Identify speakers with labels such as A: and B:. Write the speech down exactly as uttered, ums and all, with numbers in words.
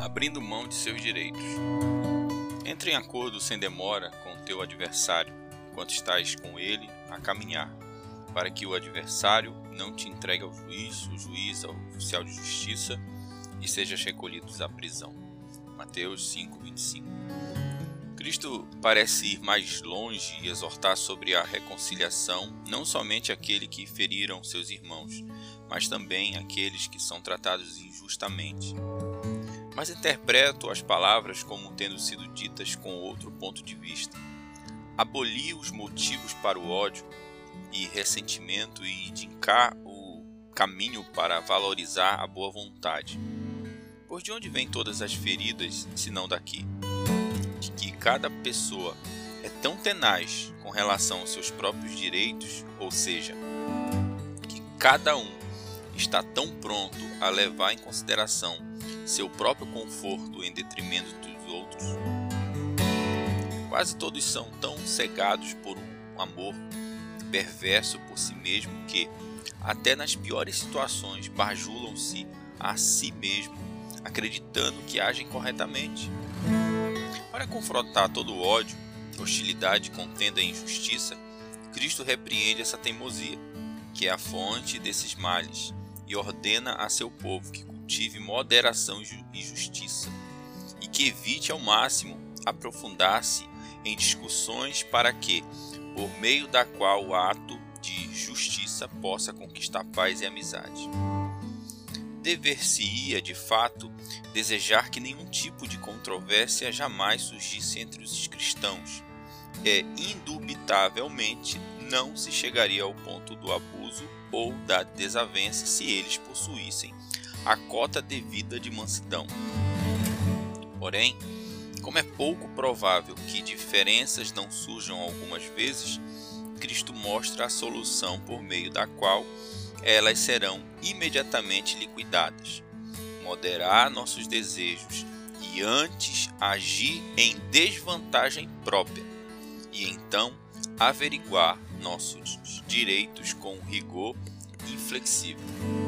A: abrindo mão de seus direitos. Entre em acordo sem demora com teu adversário, enquanto estás com ele a caminhar, para que o adversário não te entregue ao juiz, o juiz ao oficial de justiça, e sejas recolhidos à prisão. Mateus cinco, vinte e cinco. Cristo parece ir mais longe e exortar sobre a reconciliação, não somente aquele que feriram seus irmãos, mas também aqueles que são tratados injustamente. Mas interpreto as palavras como tendo sido ditas com outro ponto de vista. Abolir os motivos para o ódio e ressentimento e indicar o caminho para valorizar a boa vontade. Pois de onde vêm todas as feridas, senão daqui? De que cada pessoa é tão tenaz com relação aos seus próprios direitos, ou seja, que cada um está tão pronto a levar em consideração seu próprio conforto em detrimento dos outros. Quase todos são tão cegados por um amor perverso por si mesmo que, até nas piores situações, bajulam-se a si mesmo, acreditando que agem corretamente. Para confrontar todo o ódio, hostilidade, contenda e injustiça, Cristo repreende essa teimosia, que é a fonte desses males, e ordena a seu povo que cultive moderação e justiça, e que evite ao máximo aprofundar-se em discussões para que, por meio da qual o ato de justiça possa conquistar paz e amizade. Dever-se-ia, de fato, desejar que nenhum tipo de controvérsia jamais surgisse entre os cristãos. É, indubitavelmente, não se chegaria ao ponto do abuso ou da desavença se eles possuíssem a cota devida de mansidão. Porém, como é pouco provável que diferenças não surjam algumas vezes, Cristo mostra a solução por meio da qual elas serão imediatamente liquidadas. Moderar nossos desejos e antes agir em desvantagem própria, e então averiguar nossos direitos com rigor inflexível.